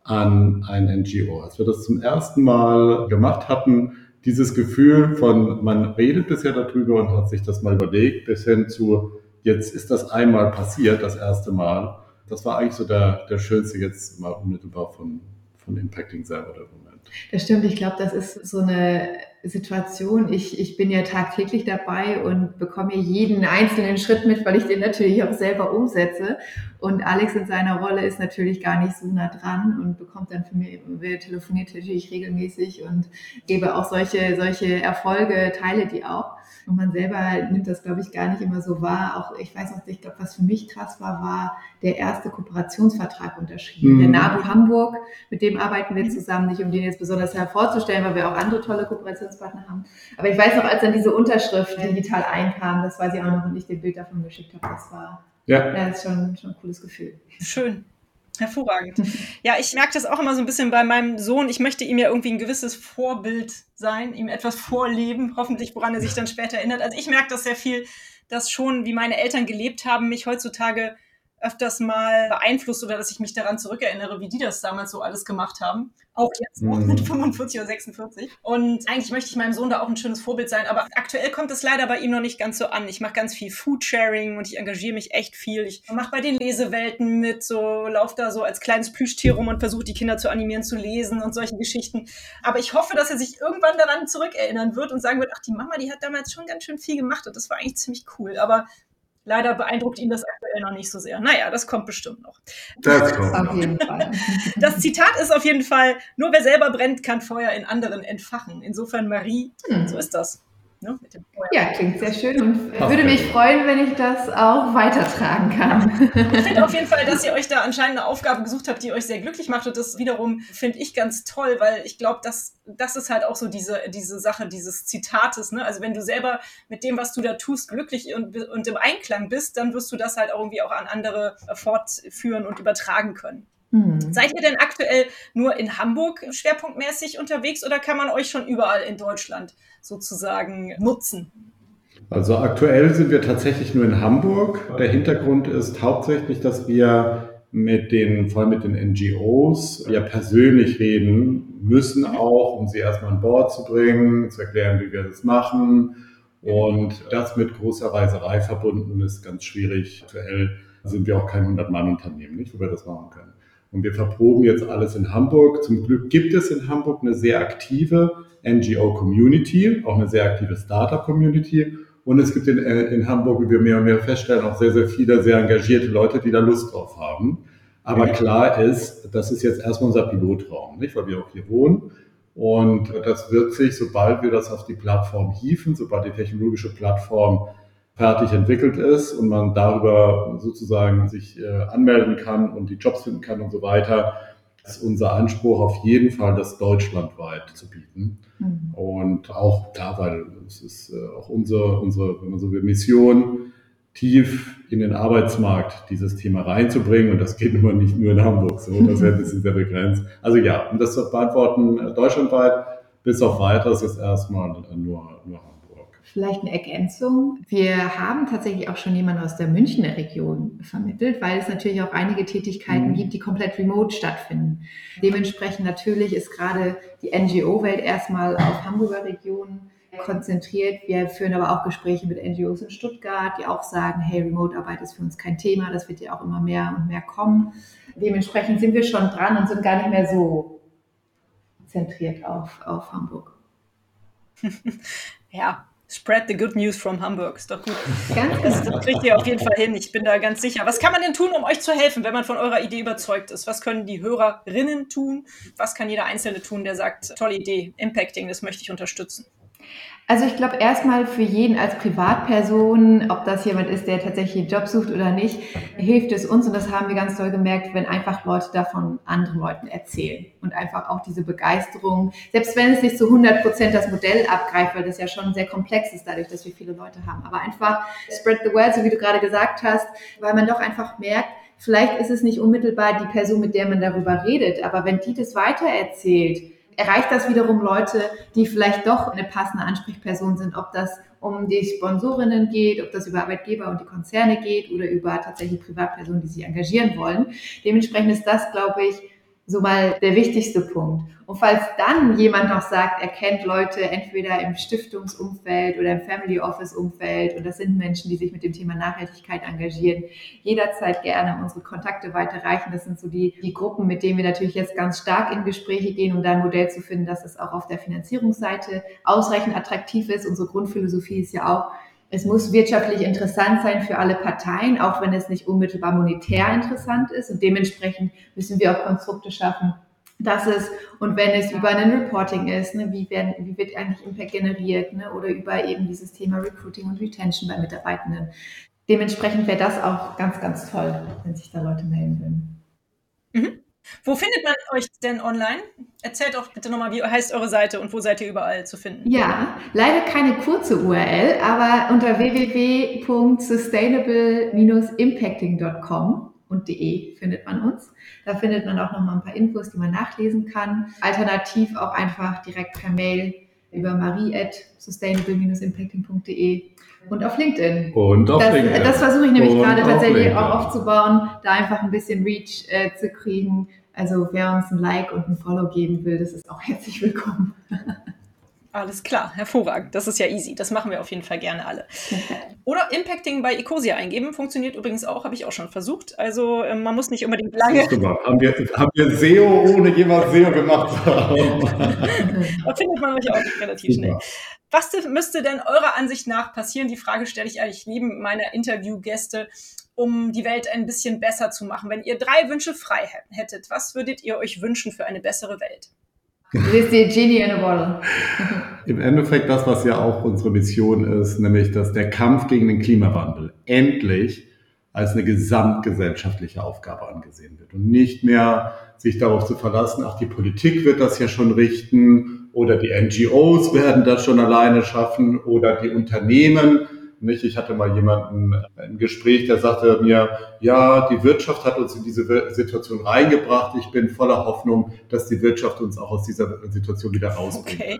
an ein N G O. Als wir das zum ersten Mal gemacht hatten, dieses Gefühl von, man redet bisher darüber und hat sich das mal überlegt, bis hin zu, jetzt ist das einmal passiert, das erste Mal. Das war eigentlich so der, der schönste jetzt mal unmittelbar von, von Impacting selber der Moment. Das stimmt, ich glaube, das ist so eine Situation. Ich, ich bin ja tagtäglich dabei und bekomme jeden einzelnen Schritt mit, weil ich den natürlich auch selber umsetze. Und Alex in seiner Rolle ist natürlich gar nicht so nah dran und bekommt dann für mich, wir telefonieren natürlich regelmäßig und gebe auch solche, solche Erfolge, teile die auch. Und man selber nimmt das, glaube ich, gar nicht immer so wahr. Auch, ich weiß noch, ich glaube, was für mich krass war, war der erste Kooperationsvertrag unterschrieben. Mhm. Der NABU Hamburg, mit dem arbeiten wir zusammen, nicht um den jetzt besonders hervorzustellen, weil wir auch andere tolle Kooperationspartner haben. Aber ich weiß noch, als dann diese Unterschrift digital einkam, das weiß ich auch noch und ich dir ein Bild davon geschickt habe, das war, ja, ja das ist schon, schon ein cooles Gefühl. Schön. Hervorragend. Ja, ich merke das auch immer so ein bisschen bei meinem Sohn. Ich möchte ihm ja irgendwie ein gewisses Vorbild sein, ihm etwas vorleben, hoffentlich, woran er sich dann später erinnert. Also ich merke das sehr viel, dass schon, wie meine Eltern gelebt haben, mich heutzutage öfters mal beeinflusst oder dass ich mich daran zurückerinnere, wie die das damals so alles gemacht haben. Auch jetzt noch mit fünfundvierzig oder sechsundvierzig. Und eigentlich möchte ich meinem Sohn da auch ein schönes Vorbild sein, aber aktuell kommt es leider bei ihm noch nicht ganz so an. Ich mache ganz viel Foodsharing und ich engagiere mich echt viel. Ich mache bei den Lesewelten mit, so laufe da so als kleines Plüschtier rum und versuche die Kinder zu animieren, zu lesen und solche Geschichten. Aber ich hoffe, dass er sich irgendwann daran zurückerinnern wird und sagen wird, ach, die Mama, die hat damals schon ganz schön viel gemacht und das war eigentlich ziemlich cool. Aber leider beeindruckt ihn das aktuell noch nicht so sehr. Naja, das kommt bestimmt noch. Das kommt auf jeden Fall. Das Zitat ist auf jeden Fall, nur wer selber brennt, kann Feuer in anderen entfachen. Insofern, Marie, hm. so ist das. Ne, mit dem Feuer. Ja, klingt sehr schön und Passt würde mich freuen, wenn ich das auch weitertragen kann. Ich finde auf jeden Fall, dass ihr euch da anscheinend eine Aufgabe gesucht habt, die euch sehr glücklich macht und das wiederum finde ich ganz toll, weil ich glaube, dass das ist halt auch so diese, diese Sache dieses Zitates, ne? Also wenn du selber mit dem, was du da tust, glücklich und, und im Einklang bist, dann wirst du das halt irgendwie auch an andere fortführen und übertragen können. Hm. Seid ihr denn aktuell nur in Hamburg schwerpunktmäßig unterwegs oder kann man euch schon überall in Deutschland sozusagen nutzen? Also aktuell sind wir tatsächlich nur in Hamburg. Der Hintergrund ist hauptsächlich, dass wir mit den, vor allem mit den N G Os, ja persönlich reden müssen auch, um sie erstmal an Bord zu bringen, zu erklären, wie wir das machen. Und das mit großer Reiserei verbunden ist ganz schwierig. Aktuell sind wir auch kein hundert-Mann-Unternehmen, nicht, wo wir das machen können. Und wir verproben jetzt alles in Hamburg. Zum Glück gibt es in Hamburg eine sehr aktive N G O-Community, auch eine sehr aktive Startup-Community. Und es gibt in, in Hamburg, wie wir mehr und mehr feststellen, auch sehr, sehr viele sehr engagierte Leute, die da Lust drauf haben. Aber klar ist, das ist jetzt erstmal unser Pilotraum, nicht, weil wir auch hier wohnen. Und das wird sich, sobald wir das auf die Plattform hieven, sobald die technologische Plattform fertig entwickelt ist und man darüber sozusagen sich äh, anmelden kann und die Jobs finden kann und so weiter, ist unser Anspruch auf jeden Fall, das deutschlandweit zu bieten. Mhm. Und auch klar, weil es ist äh, auch unsere, unsere, wenn man so will, Mission, tief in den Arbeitsmarkt dieses Thema reinzubringen. Und das geht immer nicht nur in Hamburg so, das wäre ein bisschen sehr begrenzt. Also ja, um das zu beantworten, äh, deutschlandweit, bis auf weiteres ist erstmal nur, nur Hamburg. Vielleicht eine Ergänzung. Wir haben tatsächlich auch schon jemanden aus der Münchner Region vermittelt, weil es natürlich auch einige Tätigkeiten mhm. gibt, die komplett remote stattfinden. Dementsprechend natürlich ist gerade die N G O-Welt erstmal auf Hamburger Region konzentriert. Wir führen aber auch Gespräche mit N G Os in Stuttgart, die auch sagen, hey, Remote-Arbeit ist für uns kein Thema, das wird ja auch immer mehr und mehr kommen. Dementsprechend sind wir schon dran und sind gar nicht mehr so zentriert auf, auf Hamburg. Ja. Spread the good news from Hamburg. Ist doch gut. Ganz das, das kriegt ihr auf jeden Fall hin. Ich bin da ganz sicher. Was kann man denn tun, um euch zu helfen, wenn man von eurer Idee überzeugt ist? Was können die Hörerinnen tun? Was kann jeder Einzelne tun, der sagt, tolle Idee, Impacting, das möchte ich unterstützen? Also ich glaube erstmal für jeden als Privatperson, ob das jemand ist, der tatsächlich einen Job sucht oder nicht, hilft es uns, und das haben wir ganz toll gemerkt, wenn einfach Leute davon anderen Leuten erzählen und einfach auch diese Begeisterung, selbst wenn es nicht zu hundert Prozent das Modell abgreift, weil das ja schon sehr komplex ist dadurch, dass wir viele Leute haben, aber einfach spread the word, so wie du gerade gesagt hast, weil man doch einfach merkt, vielleicht ist es nicht unmittelbar die Person, mit der man darüber redet, aber wenn die das weitererzählt, erreicht das wiederum Leute, die vielleicht doch eine passende Ansprechperson sind, ob das um die Sponsorinnen geht, ob das über Arbeitgeber und die Konzerne geht oder über tatsächlich Privatpersonen, die sich engagieren wollen. Dementsprechend ist das, glaube ich, so mal der wichtigste Punkt. Und falls dann jemand noch sagt, er kennt Leute entweder im Stiftungsumfeld oder im Family Office Umfeld und das sind Menschen, die sich mit dem Thema Nachhaltigkeit engagieren, jederzeit gerne unsere Kontakte weiterreichen. Das sind so die, die Gruppen, mit denen wir natürlich jetzt ganz stark in Gespräche gehen, um da ein Modell zu finden, dass es auch auf der Finanzierungsseite ausreichend attraktiv ist. Unsere Grundphilosophie ist ja auch, es muss wirtschaftlich interessant sein für alle Parteien, auch wenn es nicht unmittelbar monetär interessant ist. Und dementsprechend müssen wir auch Konstrukte schaffen, dass es, und wenn es über ein Reporting ist, ne, wie, werden, wie wird eigentlich Impact generiert, ne, oder über eben dieses Thema Recruiting und Retention bei Mitarbeitenden. Dementsprechend wäre das auch ganz, ganz toll, wenn sich da Leute melden würden. Mhm. Wo findet man euch denn online? Erzählt doch bitte nochmal, wie heißt eure Seite und wo seid ihr überall zu finden? Ja, leider keine kurze U R L, aber unter w w w punkt sustainable dash impacting punkt com und de findet man uns. Da findet man auch nochmal ein paar Infos, die man nachlesen kann. Alternativ auch einfach direkt per Mail über marie at sustainable dash impacting punkt de und auf LinkedIn. Und auf das, LinkedIn. Das versuche ich nämlich und gerade tatsächlich LinkedIn. auch aufzubauen, da einfach ein bisschen Reach äh, zu kriegen. Also wer uns ein Like und ein Follow geben will, das ist auch herzlich willkommen. Alles klar, hervorragend. Das ist ja easy. Das machen wir auf jeden Fall gerne alle. Oder Impacting bei Ecosia eingeben. Funktioniert übrigens auch, habe ich auch schon versucht. Also man muss nicht unbedingt lange... Haben wir, haben wir S E O, ohne jemals S E O gemacht zu haben? Da findet man euch auch relativ Super. Schnell. Was müsste denn eurer Ansicht nach passieren? Die Frage stelle ich eigentlich neben meiner Interviewgäste, um die Welt ein bisschen besser zu machen. Wenn ihr drei Wünsche frei hättet, was würdet ihr euch wünschen für eine bessere Welt? Du bist die Genie in a bottle. Im Endeffekt das, was ja auch unsere Mission ist, nämlich, dass der Kampf gegen den Klimawandel endlich als eine gesamtgesellschaftliche Aufgabe angesehen wird und nicht mehr sich darauf zu verlassen, ach, die Politik wird das ja schon richten oder die N G Os werden das schon alleine schaffen oder die Unternehmen. Nicht? Ich hatte mal jemanden im Gespräch, der sagte mir, ja, die Wirtschaft hat uns in diese Situation reingebracht. Ich bin voller Hoffnung, dass die Wirtschaft uns auch aus dieser Situation wieder rausbringt. Okay.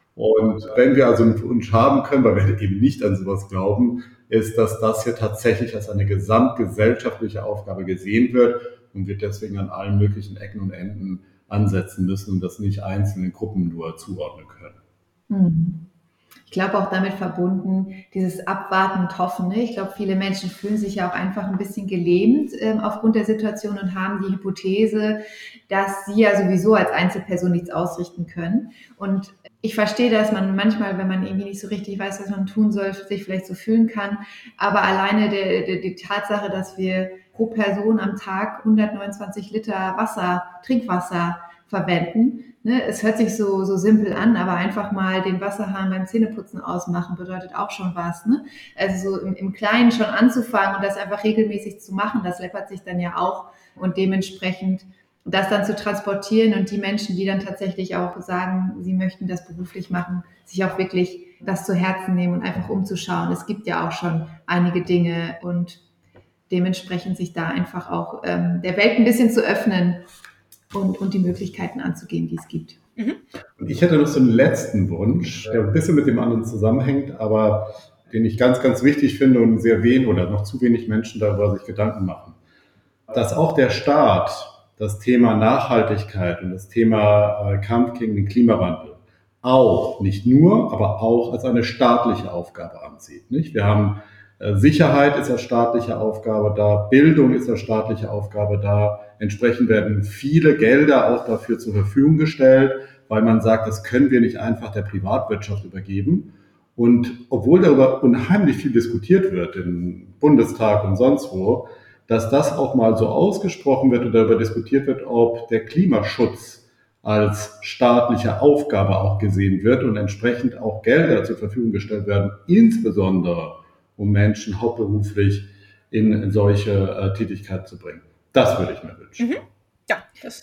Und wenn wir also einen Wunsch haben können, weil wir eben nicht an sowas glauben, ist, dass das hier tatsächlich als eine gesamtgesellschaftliche Aufgabe gesehen wird und wir deswegen an allen möglichen Ecken und Enden ansetzen müssen und das nicht einzelnen Gruppen nur zuordnen können. Mhm. Ich glaube auch damit verbunden, dieses Abwarten und Hoffen. Ne? Ich glaube, viele Menschen fühlen sich ja auch einfach ein bisschen gelähmt ähm, aufgrund der Situation und haben die Hypothese, dass sie ja sowieso als Einzelperson nichts ausrichten können. Und ich verstehe, dass man manchmal, wenn man irgendwie nicht so richtig weiß, was man tun soll, sich vielleicht so fühlen kann. Aber alleine der, der, die Tatsache, dass wir pro Person am Tag hundertneunundzwanzig Liter Wasser, Trinkwasser verwenden. Ne, es hört sich so, so simpel an, aber einfach mal den Wasserhahn beim Zähneputzen ausmachen bedeutet auch schon was. Ne? Also so im, im Kleinen schon anzufangen und das einfach regelmäßig zu machen, das läppert sich dann ja auch und dementsprechend das dann zu transportieren und die Menschen, die dann tatsächlich auch sagen, sie möchten das beruflich machen, sich auch wirklich das zu Herzen nehmen und einfach umzuschauen. Es gibt ja auch schon einige Dinge und dementsprechend sich da einfach auch ähm, der Welt ein bisschen zu öffnen. Und, und die Möglichkeiten anzugehen, die es gibt. Mhm. Und ich hätte noch so einen letzten Wunsch, der ein bisschen mit dem anderen zusammenhängt, aber den ich ganz, ganz wichtig finde und sehr wenig oder noch zu wenig Menschen darüber sich Gedanken machen. Dass auch der Staat das Thema Nachhaltigkeit und das Thema äh, Kampf gegen den Klimawandel auch, nicht nur, aber auch als eine staatliche Aufgabe ansieht. Nicht? Wir haben äh, Sicherheit ist als staatliche Aufgabe da, Bildung ist als staatliche Aufgabe da. Entsprechend werden viele Gelder auch dafür zur Verfügung gestellt, weil man sagt, das können wir nicht einfach der Privatwirtschaft übergeben. Und obwohl darüber unheimlich viel diskutiert wird im Bundestag und sonst wo, dass das auch mal so ausgesprochen wird und darüber diskutiert wird, ob der Klimaschutz als staatliche Aufgabe auch gesehen wird und entsprechend auch Gelder zur Verfügung gestellt werden, insbesondere um Menschen hauptberuflich in solche äh, Tätigkeit zu bringen. Das würde ich mir wünschen. Mhm. Ja, das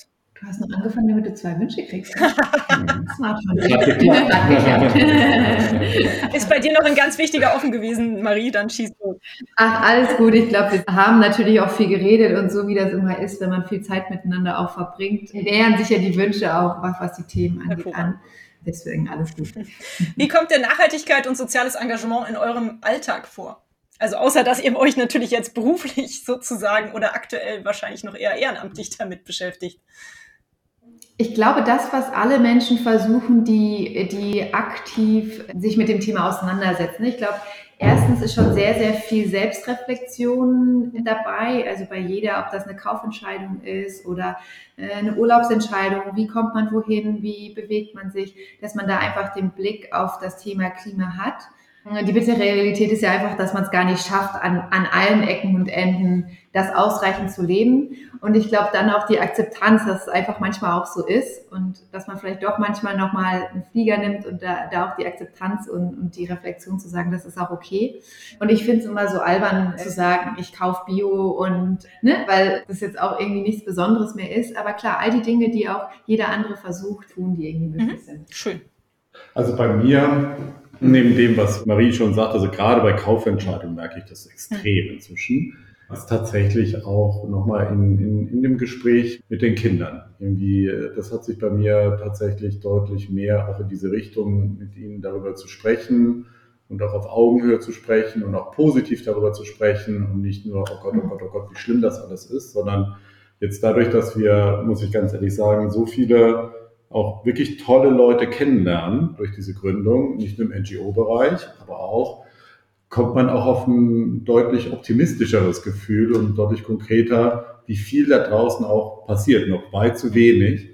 Du hast noch angefangen, damit du zwei Wünsche kriegst. Smart von Das dir. hat geklappt. Ist bei dir noch ein ganz wichtiger offen gewesen, Marie? Dann schießt du. Ach, alles gut. Ich glaube, wir haben natürlich auch viel geredet und so, wie das immer ist, wenn man viel Zeit miteinander auch verbringt, nähern sich ja die Wünsche auch, was, was die Themen angeht, an. Deswegen alles gut. Wie kommt denn Nachhaltigkeit und soziales Engagement in eurem Alltag vor? Also außer, dass ihr euch natürlich jetzt beruflich sozusagen oder aktuell wahrscheinlich noch eher ehrenamtlich damit beschäftigt. Ich glaube, das, was alle Menschen versuchen, die, die aktiv sich mit dem Thema auseinandersetzen. Ich glaube, erstens ist schon sehr, sehr viel Selbstreflexion dabei. Also bei jeder, ob das eine Kaufentscheidung ist oder eine Urlaubsentscheidung, wie kommt man wohin, wie bewegt man sich, dass man da einfach den Blick auf das Thema Klima hat. Die bittere Realität ist ja einfach, dass man es gar nicht schafft, an, an allen Ecken und Enden das ausreichend zu leben. Und ich glaube dann auch die Akzeptanz, dass es einfach manchmal auch so ist und dass man vielleicht doch manchmal nochmal einen Flieger nimmt und da, da auch die Akzeptanz und, und die Reflexion zu sagen, das ist auch okay. Und ich finde es immer so albern zu sagen, ich kaufe Bio und, ne, weil das jetzt auch irgendwie nichts Besonderes mehr ist. Aber klar, all die Dinge, die auch jeder andere versucht, tun, die irgendwie möglich Mhm. sind. Schön. Also bei mir, neben dem, was Marie schon sagt, also gerade bei Kaufentscheidungen merke ich das extrem inzwischen, ist tatsächlich auch nochmal in, in, in dem Gespräch mit den Kindern. Irgendwie, das hat sich bei mir tatsächlich deutlich mehr auch in diese Richtung, mit ihnen darüber zu sprechen und auch auf Augenhöhe zu sprechen und auch positiv darüber zu sprechen und nicht nur, oh Gott, oh Gott, oh Gott, wie schlimm das alles ist, sondern jetzt dadurch, dass wir, muss ich ganz ehrlich sagen, so viele auch wirklich tolle Leute kennenlernen durch diese Gründung, nicht nur im N G O-Bereich, aber auch kommt man auch auf ein deutlich optimistischeres Gefühl und deutlich konkreter, wie viel da draußen auch passiert, noch weit zu wenig.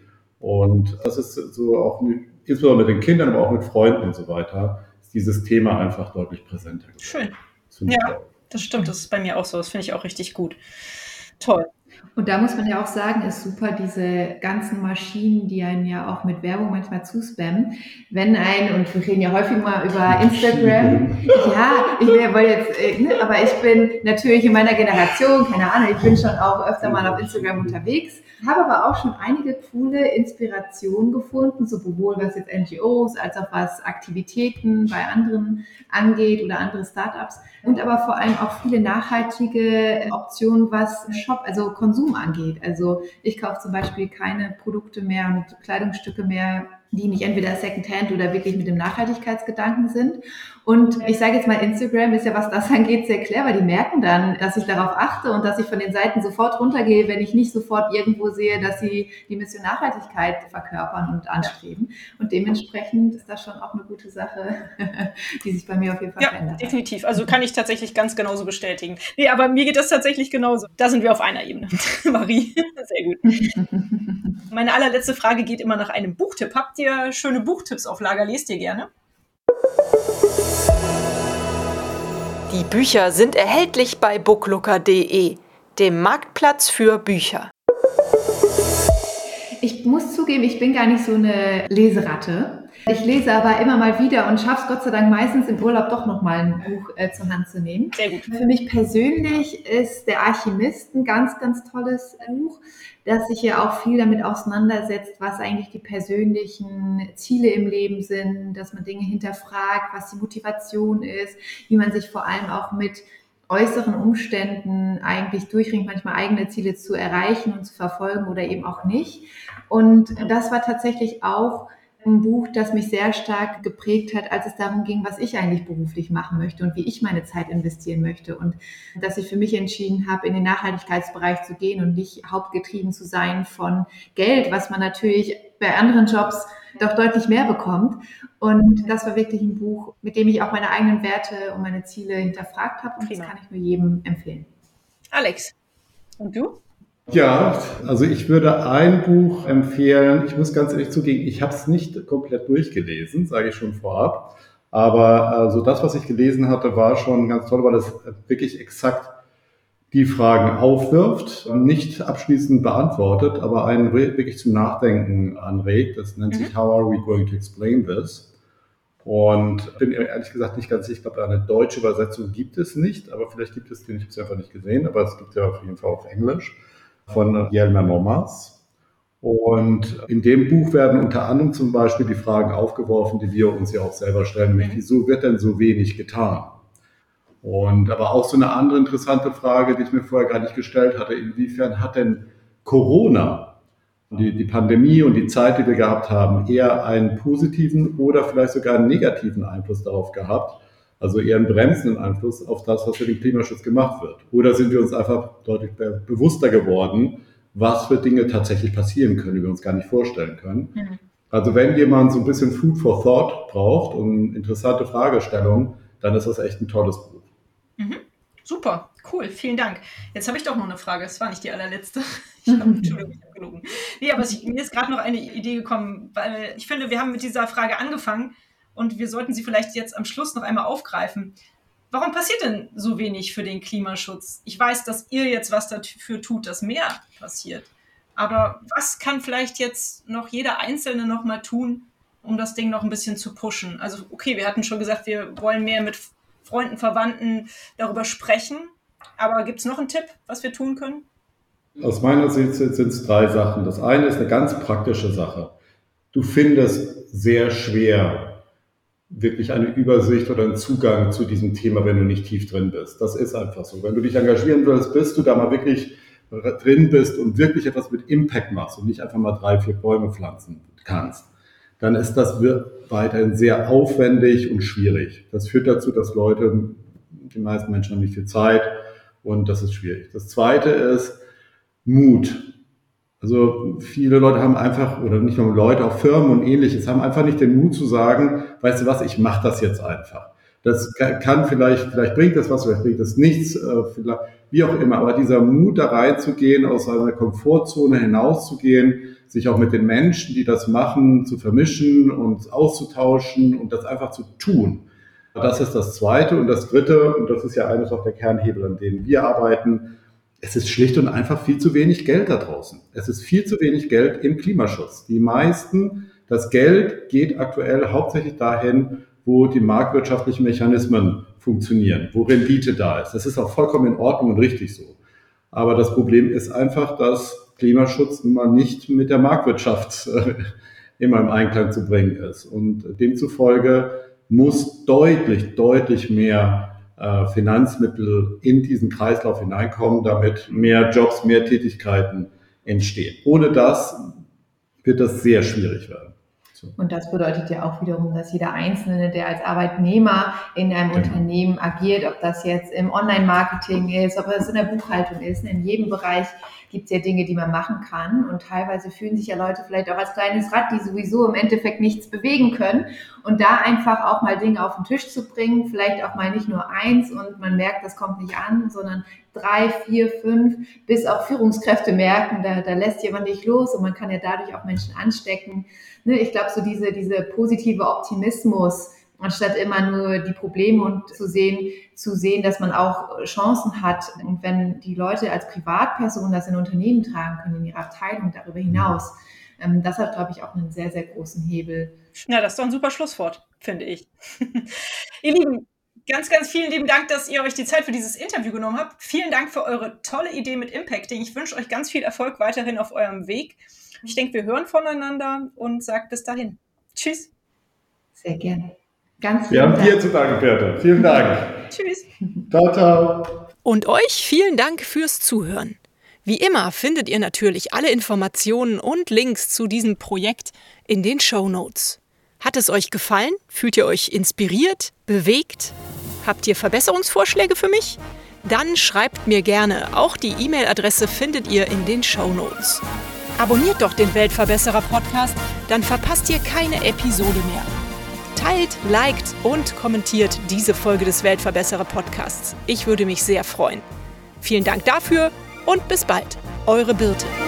Und das ist so auch, mit, insbesondere mit den Kindern, aber auch mit Freunden und so weiter, ist dieses Thema einfach deutlich präsenter geworden. Schön. Ja, das stimmt, das ist bei mir auch so, das finde ich auch richtig gut. Toll. Und da muss man ja auch sagen, ist super, diese ganzen Maschinen, die einen ja auch mit Werbung manchmal zuspammen. Wenn ein, und wir reden ja häufig mal über Instagram, ja, ich wollte jetzt, äh, ne, aber ich bin natürlich in meiner Generation, keine Ahnung, ich bin schon auch öfter mal auf Instagram unterwegs, habe aber auch schon einige coole Inspirationen gefunden, sowohl was jetzt N G Os als auch was Aktivitäten bei anderen angeht oder andere Startups und aber vor allem auch viele nachhaltige Optionen, was Shop, also Konsum angeht. Also ich kaufe zum Beispiel keine Produkte mehr und Kleidungsstücke mehr, die nicht entweder Secondhand oder wirklich mit dem Nachhaltigkeitsgedanken sind. Und ich sage jetzt mal, Instagram ist ja, was das angeht, sehr clever. Die merken dann, dass ich darauf achte und dass ich von den Seiten sofort runtergehe, wenn ich nicht sofort irgendwo sehe, dass sie die Mission Nachhaltigkeit verkörpern und anstreben. Und dementsprechend ist das schon auch eine gute Sache, die sich bei mir auf jeden Fall ja, verändert hat. Definitiv. Also kann ich tatsächlich ganz genauso bestätigen. Nee, aber mir geht das tatsächlich genauso. Da sind wir auf einer Ebene. Marie, sehr gut. Meine allerletzte Frage geht immer nach einem Buchtipp. Habt ihr schöne Buchtipps auf Lager? Lest ihr gerne? Die Bücher sind erhältlich bei booklooker punkt de, dem Marktplatz für Bücher. Ich muss zugeben, ich bin gar nicht so eine Leseratte. Ich lese aber immer mal wieder und schaffe es Gott sei Dank meistens im Urlaub doch nochmal ein Buch äh, zur Hand zu nehmen. Sehr gut. Für mich persönlich ist Der Alchemist ein ganz, ganz tolles Buch, das sich ja auch viel damit auseinandersetzt, was eigentlich die persönlichen Ziele im Leben sind, dass man Dinge hinterfragt, was die Motivation ist, wie man sich vor allem auch mit äußeren Umständen eigentlich durchringt, manchmal eigene Ziele zu erreichen und zu verfolgen oder eben auch nicht. Und das war tatsächlich auch ein Buch, das mich sehr stark geprägt hat, als es darum ging, was ich eigentlich beruflich machen möchte und wie ich meine Zeit investieren möchte. Und dass ich für mich entschieden habe, in den Nachhaltigkeitsbereich zu gehen und nicht hauptgetrieben zu sein von Geld, was man natürlich bei anderen Jobs doch deutlich mehr bekommt. Und das war wirklich ein Buch, mit dem ich auch meine eigenen Werte und meine Ziele hinterfragt habe. Und Prima. Das kann ich nur jedem empfehlen. Alex, und du? Ja, also ich würde ein Buch empfehlen. Ich muss ganz ehrlich zugeben, ich habe es nicht komplett durchgelesen, sage ich schon vorab. Aber also das, was ich gelesen hatte, war schon ganz toll, weil es wirklich exakt die Fragen aufwirft, nicht abschließend beantwortet, aber einen wirklich zum Nachdenken anregt. Das nennt sich How are we going to explain this? Und bin ehrlich gesagt nicht ganz sicher, ich glaube, eine deutsche Übersetzung gibt es nicht, aber vielleicht gibt es die, ich habe es einfach nicht gesehen, aber es gibt ja auf jeden Fall auf Englisch von Jelmer Mommers. Und in dem Buch werden unter anderem zum Beispiel die Fragen aufgeworfen, die wir uns ja auch selber stellen, nämlich wieso wird denn so wenig getan? Und aber auch so eine andere interessante Frage, die ich mir vorher gar nicht gestellt hatte, inwiefern hat denn Corona, die, die Pandemie und die Zeit, die wir gehabt haben, eher einen positiven oder vielleicht sogar einen negativen Einfluss darauf gehabt, also eher einen bremsenden Einfluss auf das, was für den Klimaschutz gemacht wird? Oder sind wir uns einfach deutlich bewusster geworden, was für Dinge tatsächlich passieren können, die wir uns gar nicht vorstellen können? Mhm. Also wenn jemand so ein bisschen Food for Thought braucht und interessante Fragestellungen, dann ist das echt ein tolles Buch. Mhm. Super, cool, vielen Dank. Jetzt habe ich doch noch eine Frage, das war nicht die allerletzte. Ich habe, Entschuldigung, ich habe gelogen. Nee, aber ich, mir ist gerade noch eine Idee gekommen, weil ich finde, wir haben mit dieser Frage angefangen und wir sollten sie vielleicht jetzt am Schluss noch einmal aufgreifen. Warum passiert denn so wenig für den Klimaschutz? Ich weiß, dass ihr jetzt was dafür tut, dass mehr passiert. Aber was kann vielleicht jetzt noch jeder Einzelne noch mal tun, um das Ding noch ein bisschen zu pushen? Also okay, wir hatten schon gesagt, wir wollen mehr mit Freunden, Verwandten darüber sprechen. Aber gibt es noch einen Tipp, was wir tun können? Aus meiner Sicht sind es drei Sachen. Das eine ist eine ganz praktische Sache. Du findest sehr schwer wirklich eine Übersicht oder einen Zugang zu diesem Thema, wenn du nicht tief drin bist. Das ist einfach so. Wenn du dich engagieren willst, bis du da mal wirklich drin bist und wirklich etwas mit Impact machst und nicht einfach mal drei, vier Bäume pflanzen kannst, dann ist das weiterhin sehr aufwendig und schwierig. Das führt dazu, dass Leute, die meisten Menschen haben nicht viel Zeit und das ist schwierig. Das zweite ist Mut. Also viele Leute haben einfach, oder nicht nur Leute, auch Firmen und Ähnliches, haben einfach nicht den Mut zu sagen, weißt du was, ich mache das jetzt einfach. Das kann vielleicht, vielleicht bringt das was, vielleicht bringt das nichts, vielleicht, wie auch immer. Aber dieser Mut, da reinzugehen, aus seiner Komfortzone hinauszugehen, sich auch mit den Menschen, die das machen, zu vermischen und auszutauschen und das einfach zu tun. Das ist das Zweite. Und das Dritte, und das ist ja eines auch der Kernhebel, an denen wir arbeiten, es ist schlicht und einfach viel zu wenig Geld da draußen. Es ist viel zu wenig Geld im Klimaschutz. Die meisten, das Geld geht aktuell hauptsächlich dahin, wo die marktwirtschaftlichen Mechanismen funktionieren, wo Rendite da ist. Das ist auch vollkommen in Ordnung und richtig so. Aber das Problem ist einfach, dass Klimaschutz nun mal nicht mit der Marktwirtschaft äh, immer im Einklang zu bringen ist. Und demzufolge muss deutlich, deutlich mehr Finanzmittel in diesen Kreislauf hineinkommen, damit mehr Jobs, mehr Tätigkeiten entstehen. Ohne das wird das sehr schwierig werden. So. Und das bedeutet ja auch wiederum, dass jeder Einzelne, der als Arbeitnehmer in einem genau. Unternehmen agiert, ob das jetzt im Online-Marketing ist, ob das in der Buchhaltung ist, in jedem Bereich gibt es ja Dinge, die man machen kann. Und teilweise fühlen sich ja Leute vielleicht auch als kleines Rad, die sowieso im Endeffekt nichts bewegen können. Und da einfach auch mal Dinge auf den Tisch zu bringen, vielleicht auch mal nicht nur eins und man merkt, das kommt nicht an, sondern drei, vier, fünf, bis auch Führungskräfte merken, da, da lässt jemand nicht los und man kann ja dadurch auch Menschen anstecken. Ne, ich glaube, so diese, diese positive Optimismus, anstatt immer nur die Probleme und zu sehen, zu sehen, dass man auch Chancen hat. Und wenn die Leute als Privatperson das in Unternehmen tragen können, in ihrer Abteilung darüber hinaus, ähm, das hat, glaube ich, auch einen sehr, sehr großen Hebel. Ja, das ist doch ein super Schlusswort, finde ich. Ihr Lieben, ganz, ganz vielen lieben Dank, dass ihr euch die Zeit für dieses Interview genommen habt. Vielen Dank für eure tolle Idee mit Impacting. Ich wünsche euch ganz viel Erfolg weiterhin auf eurem Weg. Ich denke, wir hören voneinander und sagt bis dahin. Tschüss. Sehr gerne. Ganz Wir haben Dank. Dir zu danken, Bertha. Vielen Dank. Tschüss. Ciao, ciao. Und euch vielen Dank fürs Zuhören. Wie immer findet ihr natürlich alle Informationen und Links zu diesem Projekt in den Shownotes. Hat es euch gefallen? Fühlt ihr euch inspiriert, bewegt? Habt ihr Verbesserungsvorschläge für mich? Dann schreibt mir gerne. Auch die E-Mail-Adresse findet ihr in den Shownotes. Abonniert doch den Weltverbesserer-Podcast, dann verpasst ihr keine Episode mehr. Teilt, liked und kommentiert diese Folge des Weltverbesserer-Podcasts. Ich würde mich sehr freuen. Vielen Dank dafür und bis bald. Eure Birte.